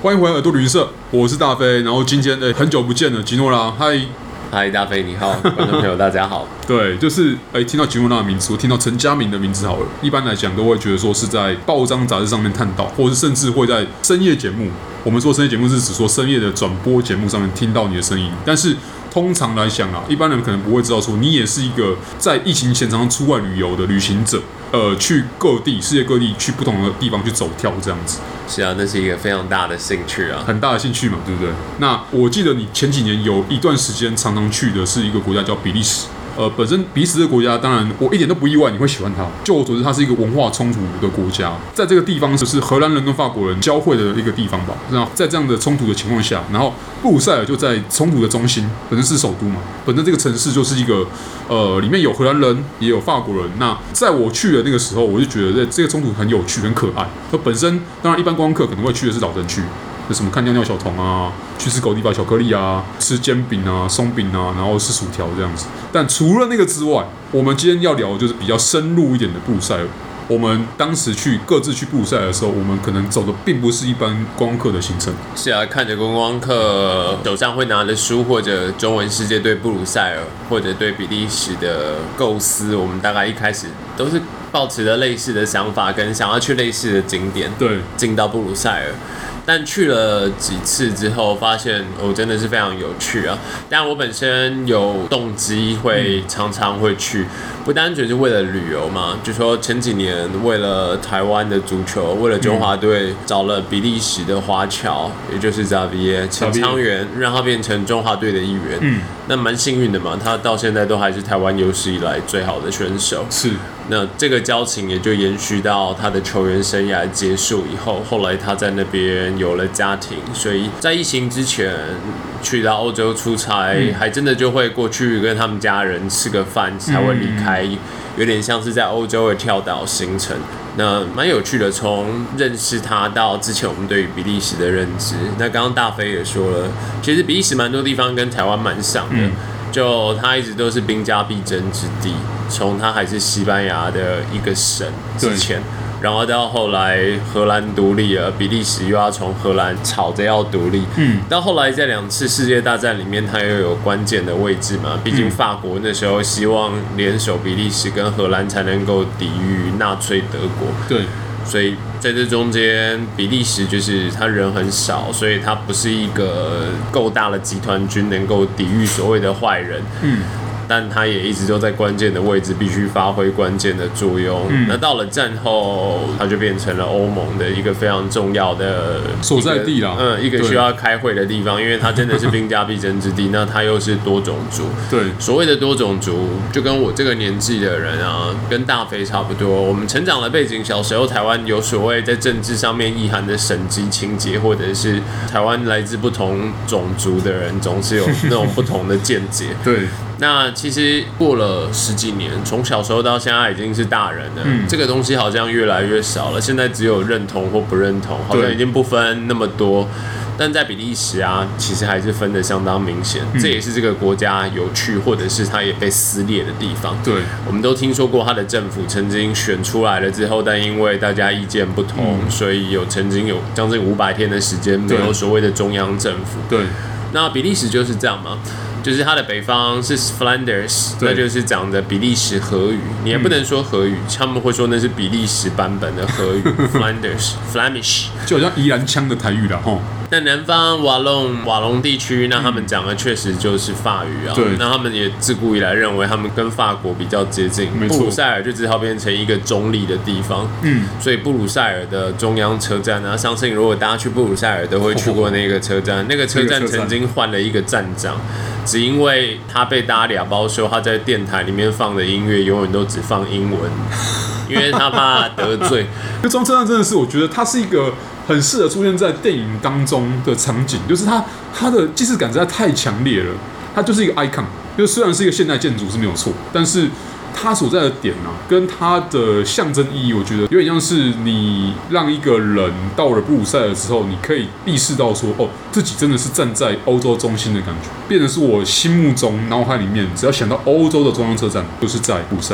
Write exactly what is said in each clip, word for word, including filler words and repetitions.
欢迎回来耳朵旅行社，我是大飞。然后今天诶、欸、很久不见了，吉诺拉，嗨， 嗨，大飞你好，观众朋友大家好。 对，就是诶、欸、听到吉诺拉的名字，我听到陈嘉明的名字好了，一般来讲都会觉得说是在报章杂志上面看到，或者是甚至会在深夜节目。我们说深夜节目是指说深夜的转播节目上面听到你的声音，但是通常来讲啊，一般人可能不会知道说你也是一个在疫情前常常出外旅游的旅行者，呃，去各地世界各地去不同的地方去走跳这样子。 是啊，那是一个非常大的兴趣啊， 很大的兴趣嘛，对不对？那我记得你前几年有一段时间常常去的是一个国家叫比利时。呃，本身比利时这个国家，当然我一点都不意外你会喜欢它。就我所知，它是一个文化冲突的国家，在这个地方就是荷兰人跟法国人交汇的一个地方吧。那在这样的冲突的情况下，然后布鲁塞尔就在冲突的中心，本身是首都嘛，本身这个城市就是一个呃，里面有荷兰人，也有法国人。那在我去的那个时候，我就觉得这个冲突很有趣、很可爱。那本身当然一般观光客可能会去的是老城区。就什么看尿尿小童啊，去吃狗地堡巧克力啊，吃煎饼啊、松饼啊，然后吃薯条这样子。但除了那个之外，我们今天要聊的就是比较深入一点的布鲁塞尔。我们当时去各自去布鲁塞尔的时候，我们可能走的并不是一般观光客的行程。 是啊，看着观光客手上会拿的书，或者中文世界对布鲁塞尔或者对比利时的构思，我们大概一开始都是抱持着类似的想法，跟想要去类似的景点， 对， 进到布鲁塞尔。但去了几次之后，发现哦，真的是非常有趣啊！但我本身有动机会常常会去，不单纯是为了旅游嘛，就说前几年为了台湾的足球，为了中华队找了比利时的华侨，也就是 Xavier 陈昌元，让他变成中华队的一员。嗯，那蛮幸运的嘛，他到现在都还是台湾有史以来最好的选手。 是。 那这个交情也就延续到他的球员生涯结束以后，后来他在那边有了家庭，所以在疫情之前去到欧洲出差，嗯、还真的就会过去跟他们家人吃个饭才会离开，嗯、有点像是在欧洲的跳岛行程。那蛮有趣的，从认识他到之前我们对于比利时的认知。那刚刚大飞也说了，其实比利时蛮多地方跟台湾蛮像的。嗯，就它一直都是兵家必争之地，从它还是西班牙的一个省之前，然后到后来荷兰独立了，比利时又要从荷兰吵着要独立，嗯，到后来在两次世界大战里面，它又有关键的位置嘛，毕竟法国那时候希望联手比利时跟荷兰才能够抵御纳粹德国， 对。 所以在这中间，比利时就是他人很少，所以他不是一个够大的集团军能够抵御所谓的坏人。嗯。但他也一直都在关键的位置，必须发挥关键的作用。嗯、那到了战后，他就变成了欧盟的一个非常重要的所在地啦。 嗯，一个需要开会的地方，因为它真的是兵家必争之地。那它又是多种族。 对， 所谓的多种族，就跟我这个年纪的人啊，跟大飞差不多。我们成长的背景，小时候台湾有所谓在政治上面意涵的省级情节，或者是台湾来自不同种族的人，总是有那种不同的见解。 对。 那其实过了十几年，从小时候到现在已经是大人了，嗯、这个东西好像越来越少了。现在只有认同或不认同，好像已经不分那么多。但在比利时啊，其实还是分得相当明显，嗯、这也是这个国家有趣，或者是它也被撕裂的地方。 对， 我们都听说过它的政府曾经选出来了之后，但因为大家意见不同，嗯、所以有曾经有将近五百天的时间没有所谓的中央政府。 对， 那比利时就是这样嘛。就是它的北方是 Flanders， 那就是讲的比利时荷语，你也不能说荷语，他们会说那是比利时版本的荷语Flanders，Flemish， 就好像宜兰腔的台语啦吼。 那南方瓦隆瓦隆地区，那他们讲的确实就是法语啊。对，那他们也自古以来认为他们跟法国比较接近，布鲁塞尔就只好变成一个中立的地方。嗯，所以布鲁塞尔的中央车站啊，相信如果大家去布鲁塞尔都会去过那个车站，那个车站曾经换了一个站长。只因为他被大家俩包说他在电台里面放的音乐永远都只放英文，因为他怕得罪。 这中车站真的是，我觉得它是一个很适合出现在电影当中的场景，就是它它的既视感实在太强烈了，它就是一个 icon。就虽然是一个现代建筑是没有错，但是它所在的点啊，跟它的象征意义，我觉得有点像是你让一个人到了布鲁塞尔之后，你可以意识到说，哦，自己真的是站在欧洲中心的感觉，变成是我心目中脑海里面，只要想到欧洲的中央车站，就是在布鲁塞尔。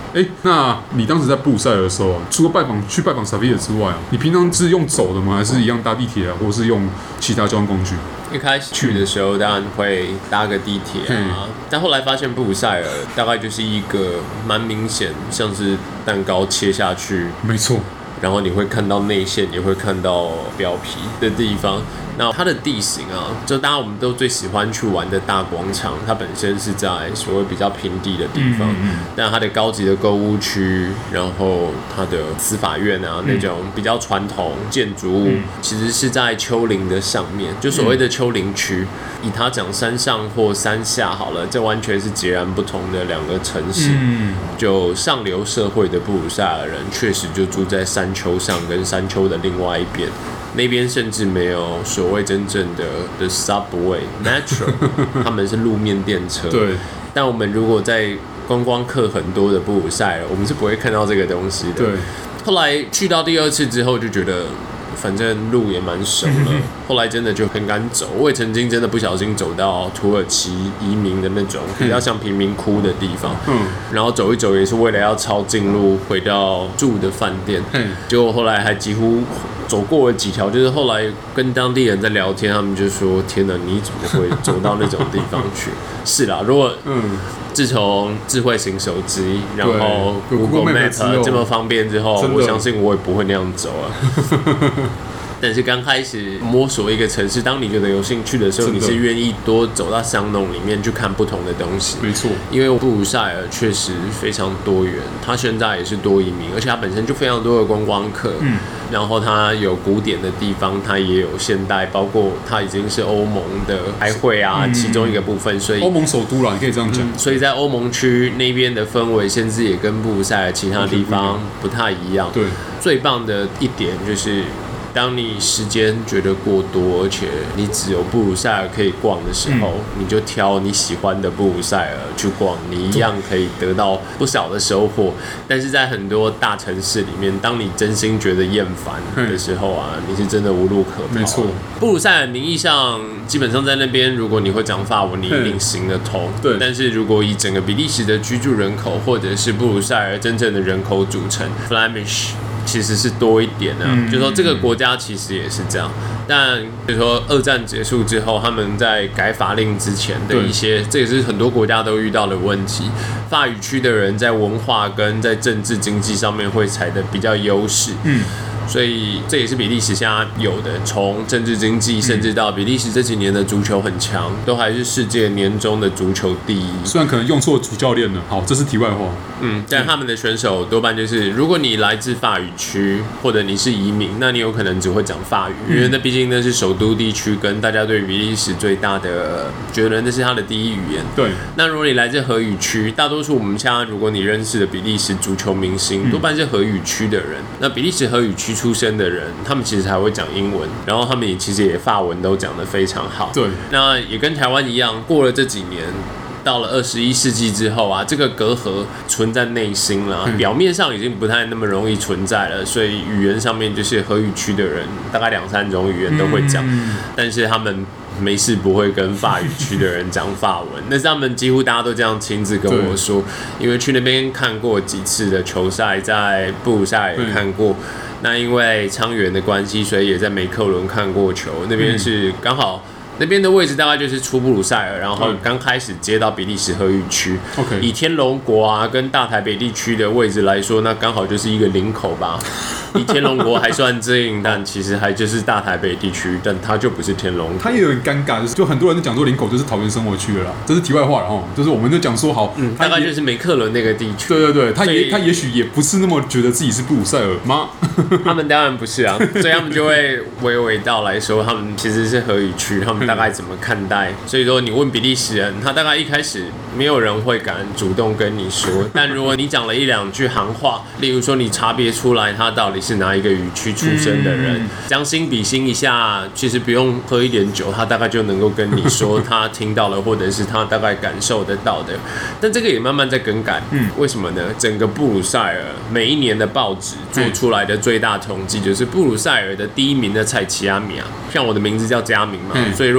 哎，那你当时在布鲁塞尔的时候啊，除了拜访去拜访萨菲尔之外啊，你平常是用走的吗？还是一样搭地铁啊，或是用其他交通工具？ 一开始去的时候当然会搭个地铁啊，但后来发现布鲁塞尔大概就是一个蛮明显像是蛋糕切下去， 没错， 然后你会看到内馅，也会看到表皮的地方。那它的地形啊，就大家我们都最喜欢去玩的大广场，它本身是在所谓比较平地的地方，嗯嗯嗯，但它的高级的购物区，然后它的司法院啊，嗯，那种比较传统建筑物，嗯，其实是在丘陵的上面，就所谓的丘陵区。以它讲山上或山下好了，这完全是截然不同的两个城市。嗯，就上流社会的布鲁塞尔人，确实就住在山丘上，跟山丘的另外一边。那边甚至没有所谓真正的的 subway metro， 他们是路面电车。 对。 但我们如果在观光客很多的布鲁塞尔，我们是不会看到这个东西的。 对。 后来去到第二次之后，就觉得反正路也蛮熟了。后来真的就很敢走，我也曾经真的不小心走到土耳其移民的那种比较像贫民窟的地方。嗯。然后走一走也是为了要抄近路回到住的饭店。嗯。结果后来还几乎走过了几条，就是后来跟当地人在聊天，他们就说：“天哪，你怎么会走到那种地方去？”是啦，如果自从智慧型手机，然后 Google Map 这么方便之后，我相信我也不会那样走啊。但是刚开始摸索一个城市，当你觉得有兴趣的时候，你是愿意多走到巷弄里面去看不同的东西。 没错， 因为布鲁塞尔确实非常多元，它现在也是多移民，而且它本身就非常多的观光客。嗯，然后它有古典的地方，它也有现代，包括它已经是欧盟的开会啊，嗯，其中一个部分。所以欧盟首都啦，你可以这样讲，嗯。 所以在欧盟区那边的氛围，甚至也跟布鲁塞尔其他地方不太一样。 对， 最棒的一点就是。当你时间觉得过多，而且你只有布鲁塞尔可以逛的时候，嗯，你就挑你喜欢的布鲁塞尔去逛，你一样可以得到不少的收获。但是在很多大城市里面，当你真心觉得厌烦的时候啊，你是真的无路可跑。 没错， 布鲁塞尔名义上基本上在那边，如果你会讲法文，你一定行得通。对。但是如果以整个比利时的居住人口，或者是布鲁塞尔真正的人口组成 ，Flemish。其实是多一点的，啊，嗯，就说这个国家其实也是这样。但比如说二战结束之后，他们在改法令之前的一些，这也是很多国家都遇到的问题。法语区的人在文化跟在政治经济上面会踩得比较优势。嗯。所以这也是比利时现在有的，从政治经济甚至到比利时这几年的足球很强，都还是世界年中的足球第一。 虽然可能用错主教练了，好，这是题外话。 嗯，但他们的选手多半就是，如果你来自法语区，或者你是移民，那你有可能只会讲法语，嗯，因为那毕竟那是首都地区，跟大家对比利时最大的觉得那是他的第一语言。 对。 那如果你来自荷语区，大多数我们现在如果你认识的比利时足球明星，多半是荷语区的人。那比利时荷语区出生的人，他们其实还会讲英文，然后他们也其实也法文都讲得非常好。 对， 那也跟台湾一样，过了这几年，到了二十一世纪之后啊，这个隔阂存在内心啦，嗯，表面上已经不太那么容易存在了，所以语言上面就是荷语区的人大概两三种语言都会讲，嗯，但是他们没事不会跟法语区的人讲法文，那是他们几乎大家都这样亲自跟我说，因为去那边看过几次的球赛，在布鲁塞尔也看过。那因为昌原的关系，所以也在梅克伦看过球。那边是刚好，那边的位置大概就是出布鲁塞尔，然后刚开始接到比利时荷语区。 Okay. 以天龙国啊跟大台北地区的位置来说，那刚好就是一个领口吧。以天龙国还算近，但其实还就是大台北地区，但它就不是天龙国。 它也有点尴尬，就很多人都讲说林口就是桃园生活区了啦，这是题外话了哈。就是我们就讲说好， 嗯，大概就是梅克伦那个地区。 对对对，他也他也许也不是那么觉得自己是布鲁塞尔吗？ 他们当然不是啊，所以他们就会娓娓道来说，他们其实是荷语区，他们大概怎么看待。所以说，你问比利时人，他大概一开始没有人会敢主动跟你说，但如果你讲了一两句行话，例如说你差别出来他到底是哪一个语区出生的人，将心比心一下，其实不用喝一点酒，他大概就能够跟你说他听到了，或者是他大概感受得到的。但这个也慢慢在更改，嗯，为什么呢？整个布鲁塞尔每一年的报纸做出来的最大统计，就是布鲁塞尔的第一名的蔡奇阿米啊，像我的名字叫佳明嘛，所以如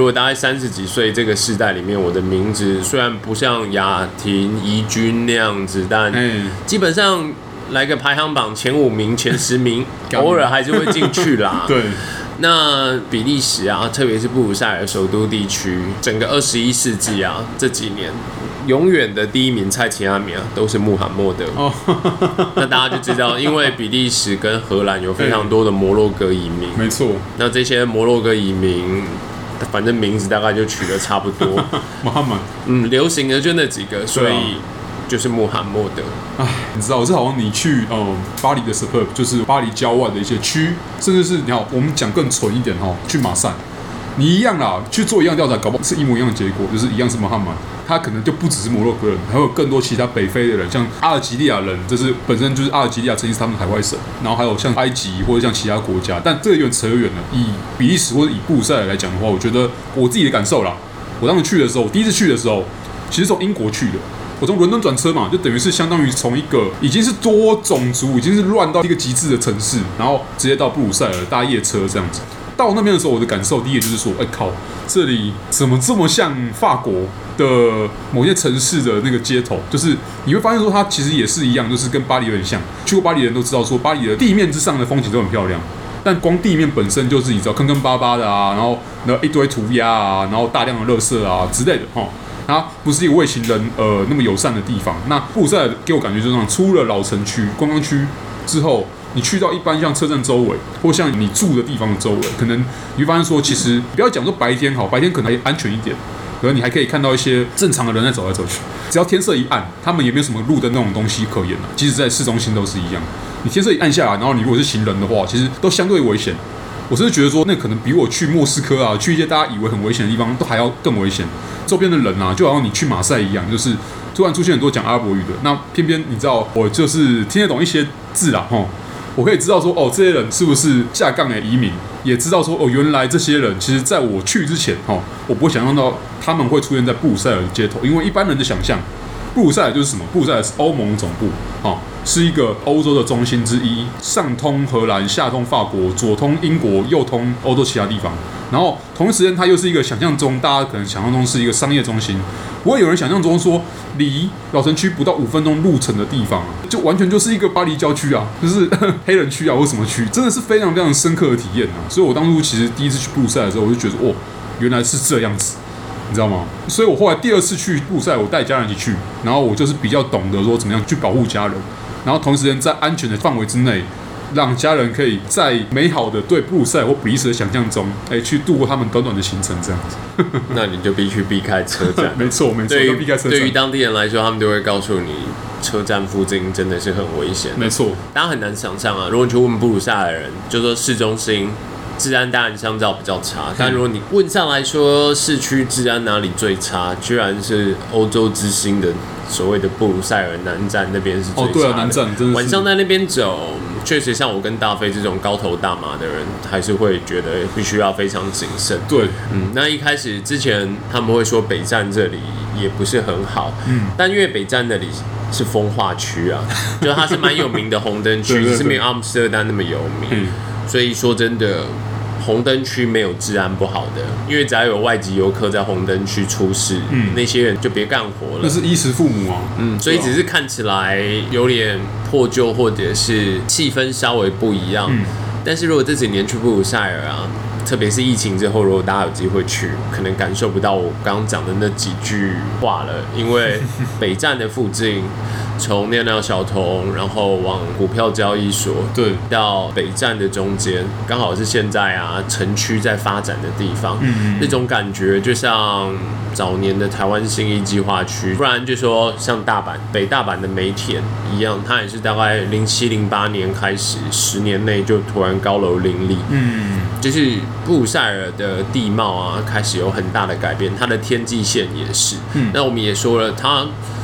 如果大概三十几岁这个世代里面，我的名字虽然不像雅婷、怡君那样子，但基本上来个排行榜前五名、前十名，偶尔还是会进去啦。 对。 那比利时啊，特别是布鲁塞尔首都地区，整个二十一世纪啊，这几年永远的第一名蔡奇阿米啊，都是穆罕默德。哦，那大家就知道，因为比利时跟荷兰有非常多的摩洛哥移民， 没错。 那这些摩洛哥移民，反正名字大概就取得差不多。 穆罕默， 嗯，流行的就那几个，所以。就是穆罕默德。 哎，你知道，这好像你去呃巴黎的 suburb， 就是巴黎郊外的一些区，甚至是你好，我们讲更纯一点哈，去马赛，你一样啦，去做一样调查，搞不好是一模一样的结果，就是一样是穆罕默德，他可能就不只是摩洛哥人，还有更多其他北非的人，像阿尔及利亚人，这是本身就是阿尔及利亚曾经是他们的海外省，然后还有像埃及或者像其他国家，但这个有点扯远了。以比利时或者以布鲁塞尔来讲的话，我觉得我自己的感受啦，我当时去的时候，第一次去的时候，其实从英国去的。我从伦敦转车嘛，就等于是相当于从一个已经是多种族、已经是乱到一个极致的城市，然后直接到布鲁塞尔搭夜车这样子。到那边的时候，我的感受第一就是说，哎、欸、靠，这里怎么这么像法国的某些城市的那个街头？就是你会发现说，它其实也是一样，就是跟巴黎有点像。去过巴黎的人都知道，说巴黎的地面之上的风景都很漂亮。但光地面本身就是你知道坑坑巴巴的啊，然后然后一堆涂鸦啊，然后大量的垃圾啊之类的哈。它不是一个为行人呃那么友善的地方。那布鲁塞尔给我感觉就是这样，出了老城区、观光区之后，你去到一般像车站周围，或像你住的地方的周围，可能你会发现说，其实不要讲说白天好，白天可能还安全一点，可能你还可以看到一些正常的人在走来走去。只要天色一暗，他们也没有什么路灯那种东西可言了、啊。即使在市中心都是一样，你天色一暗下来，然后你如果是行人的话，其实都相对危险。我甚至觉得说，那可能比我去莫斯科啊，去一些大家以为很危险的地方，都还要更危险。周边的人啊，就好像你去马赛一样，就是突然出现很多讲阿拉伯语的，那偏偏你知道，我就是听得懂一些字啦，吼，我可以知道说，哦，这些人是不是下杠的移民，也知道说，哦，原来这些人其实在我去之前，吼，我不会想象到他们会出现在布鲁塞尔的街头，因为一般人的想象，布鲁塞尔就是什么？布鲁塞尔是欧盟总部，哦。是一个欧洲的中心之一，上通荷兰，下通法国，左通英国，右通欧洲其他地方。然后同一时间，它又是一个想象中大家可能想象中是一个商业中心，不会有人想象中说离老城区不到五分钟路程的地方，就完全就是一个巴黎郊区啊，就是黑人区啊或什么区，真的是非常非常深刻的体验啊。所以我当初其实第一次去布鲁塞尔的时候，我就觉得哦，原来是这样子。你知道吗？所以我后来第二次去布鲁塞尔，我带家人一起去，然后我就是比较懂得说怎么样去保护家人。然后同时间在安全的范围之内，让家人可以在美好的对布鲁塞尔或比利时的想象中，哎，去度过他们短短的行程，这样子。 那你就必须避开车站。 没错，没错， 对于避开车站。 对于当地人来说，他们都会告诉你，车站附近真的是很危险。 没错， 大家很难想象啊。如果你去问布鲁塞尔人，就说市中心治安当然相较比较差，但如果你问上来说市区治安哪里最差，居然是欧洲之星的所谓的布鲁塞尔南站那边是最差的。 哦，对啊，南站真的是。 晚上在那边走，确实像我跟大飞这种高头大马的人，还是会觉得必须要非常谨慎。 对， 嗯，那一开始之前他们会说北站这里也不是很好，嗯，但因为北站那里是风化区啊，就它是蛮有名的红灯区，只是没有阿姆斯特丹那么有名，嗯、所以说真的。红灯区没有治安不好的，因为只要有外籍游客在红灯区出事，嗯，那些人就别干活了。 那是衣食父母啊， 嗯，所以只是看起来有点破旧，或者是气氛稍微不一样。嗯，但是如果这几年去布鲁塞尔啊，特别是疫情之后，如果大家有机会去，可能感受不到我刚刚讲的那几句话了，因为北站的附近。从尿尿小童，然后往股票交易所， 对，到北站的中间，刚好是现在啊城区在发展的地方，嗯，那种感觉就像早年的台湾信义计划区，不然就说像大阪北大阪的梅田一样，它也是大概零七零八年开始，十年内就突然高楼林立，嗯，就是布鲁塞尔的地貌啊开始有很大的改变，它的天际线也是，嗯，那我们也说了它。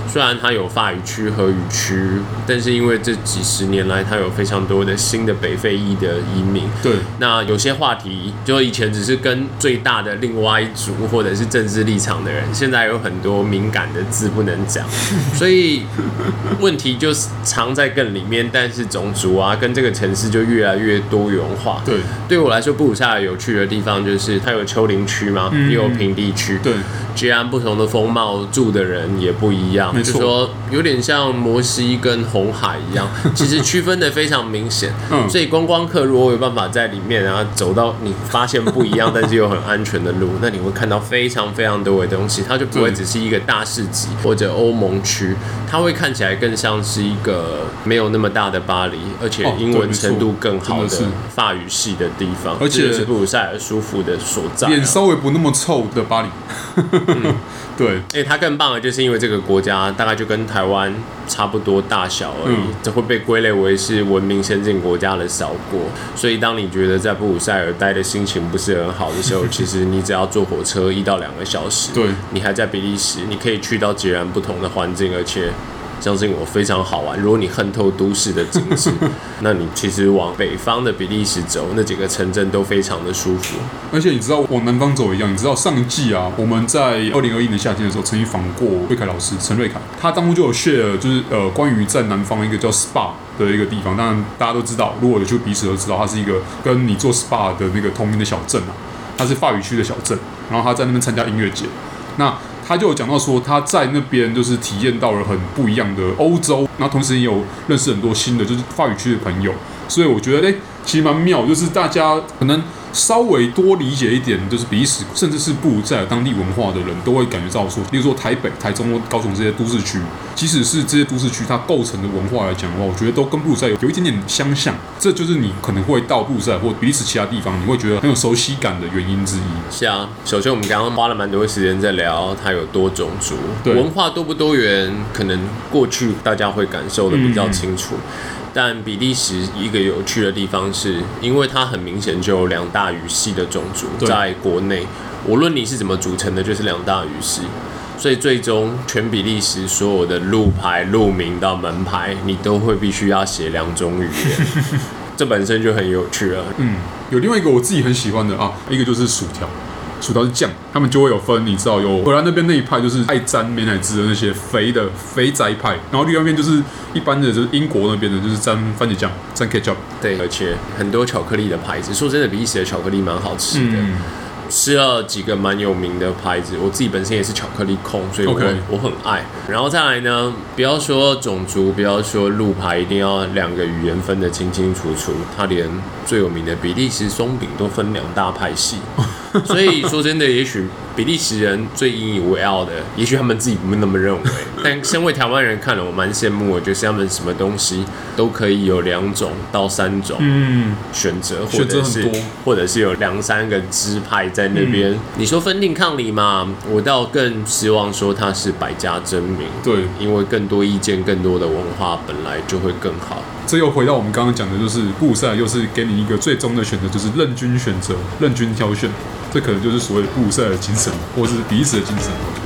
虽然它有法语区、荷语区，但是因为这几十年来，它有非常多的新的北非裔的移民。 对， 那有些话题就以前只是跟最大的另外一族或者是政治立场的人，现在有很多敏感的字不能讲，所以问题就藏在更里面。但是种族啊，跟这个城市就越来越多元化。 对， 对我来说，布鲁塞尔有趣的地方就是它有丘陵区嘛，嗯、也有平地区。 对， 截然不同的风貌，住的人也不一样。就说有点像摩西跟红海一样，其实区分的非常明显。嗯，所以观光客如果有办法在里面，然后走到你发现不一样，但是又很安全的路，那你会看到非常非常多的东西。它就不会只是一个大市集或者欧盟区，它会看起来更像是一个没有那么大的巴黎，而且英文程度更好的法语系的地方， 而且是布鲁塞尔舒服的所在、啊。 脸稍微不那么臭的巴黎。嗯，对。 哎，它更棒的就是因为这个国家大概就跟台湾差不多大小而已，嗯、这会被归类为是文明先进国家的小国。所以当你觉得在布鲁塞尔待的心情不是很好的时候，其实你只要坐火车一到两个小时， 对， 你还在比利时，你可以去到截然不同的环境，而且。相信我，非常好玩。如果你恨透都市的景致，那你其实往北方的比利时走，那几个城镇都非常的舒服。 而且你知道，往南方走一样，你知道上一季啊，我们在二零二一年夏天的时候，曾经访过瑞凯老师陈瑞凯，他当初就有 share， 就是呃关于在南方一个叫 S P A 的一个地方。当然大家都知道，如果有去比利时都知道，它是一个跟你做 S P A 的那个同名的小镇啊，它是法语区的小镇，然后他在那边参加音乐节。那他就有讲到说，他在那边就是体验到了很不一样的欧洲，然后同时也有认识很多新的就是法语区的朋友，所以我觉得哎、欸，其实蛮妙，就是大家可能稍微多理解一点，就是比利时甚至是布鲁塞尔当地文化的人都会感觉到说，例如说台北、台中、高雄这些都市区，即使是这些都市区它构成的文化来讲的话，我觉得都跟布鲁塞尔有一点点相像，这就是你可能会到布鲁塞尔或比利时其他地方，你会觉得很有熟悉感的原因之一。 是啊，首先我们刚刚花了蛮多时间在聊它有多种族，文化多不多元，可能过去大家会感受的比较清楚。嗯，但比利时一个有趣的地方是，因为它很明显就有两大语系的种族在国内，无论你是怎么组成的，就是两大语系，所以最终全比利时所有的路牌、路名到门牌，你都会必须要写两种语言，这本身就很有趣了。 嗯，有另外一个我自己很喜欢的啊，一个就是薯条。薯条是酱，他们就会有分，你知道有荷兰那边那一派就是爱沾美乃滋的那些肥的肥宅派，然后另外一边就是一般的，就是英国那边的，就是沾番茄酱、沾 ketchup。 对，而且很多巧克力的牌子，说真的，比利时的巧克力蛮好吃的。嗯，吃了几个蛮有名的牌子，我自己本身也是巧克力控，所以我、okay. 我很爱。然后再来呢，不要说种族，不要说路牌，一定要两个语言分得清清楚楚。它连最有名的比利时松饼都分两大派系。所以说真的，也许比利时人最引以为傲的，也许他们自己不那么认为，但身为台湾人看了，我蛮羡慕的，就是他们什么东西都可以有两种到三种选择，或者是或者是有两三个支派在那边。嗯、你说分庭抗礼嘛，我倒更希望说它是百家争鸣， 对， 因为更多意见、更多的文化本来就会更好。 这又回到我们刚刚讲的，就是布鲁塞尔又是给你一个最终的选择，就是任君选择、任君挑选，这可能就是所谓的布鲁塞尔的精神，或是比利时的精神。